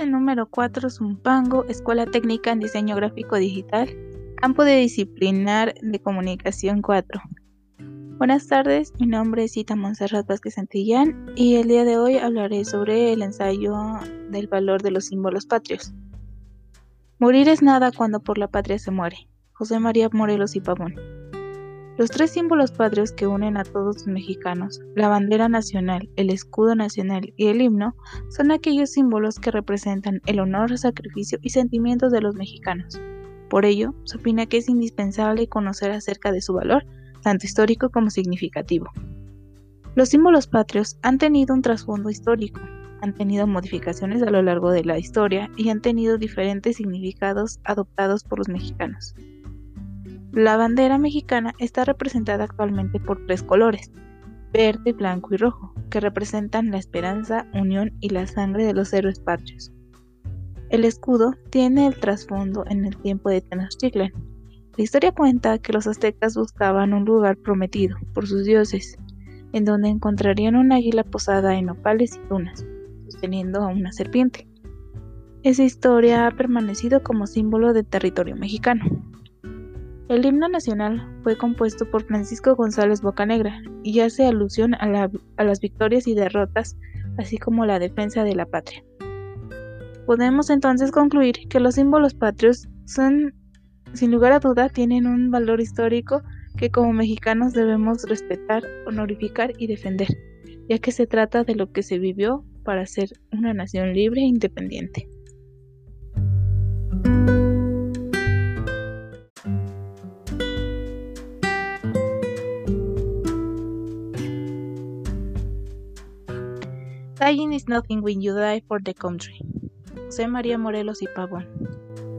número 4, Zumpango, Escuela Técnica en Diseño Gráfico Digital, Campo de Disciplinar de Comunicación 4. Buenas tardes, mi nombre es Cita Montserrat Vázquez Santillán y el día de hoy hablaré sobre el ensayo del valor de los símbolos patrios. Morir es nada cuando por la patria se muere. José María Morelos y Pavón. Los tres símbolos patrios que unen a todos los mexicanos, la bandera nacional, el escudo nacional y el himno, son aquellos símbolos que representan el honor, sacrificio y sentimientos de los mexicanos. Por ello, se opina que es indispensable conocer acerca de su valor, tanto histórico como significativo. Los símbolos patrios han tenido un trasfondo histórico, han tenido modificaciones a lo largo de la historia y han tenido diferentes significados adoptados por los mexicanos. La bandera mexicana está representada actualmente por tres colores, verde, blanco y rojo, que representan la esperanza, unión y la sangre de los héroes patrios. El escudo tiene el trasfondo en el tiempo de Tenochtitlan. La historia cuenta que los aztecas buscaban un lugar prometido por sus dioses, en donde encontrarían un águila posada en nopales y tunas, sosteniendo a una serpiente. Esa historia ha permanecido como símbolo del territorio mexicano. El himno nacional fue compuesto por Francisco González Bocanegra y hace alusión a las victorias y derrotas, así como la defensa de la patria. Podemos entonces concluir que los símbolos patrios son, sin lugar a duda, tienen un valor histórico que como mexicanos debemos respetar, honorificar y defender, ya que se trata de lo que se vivió para ser una nación libre e independiente. Dying is nothing when you die for the country. José María Morelos y Pavón.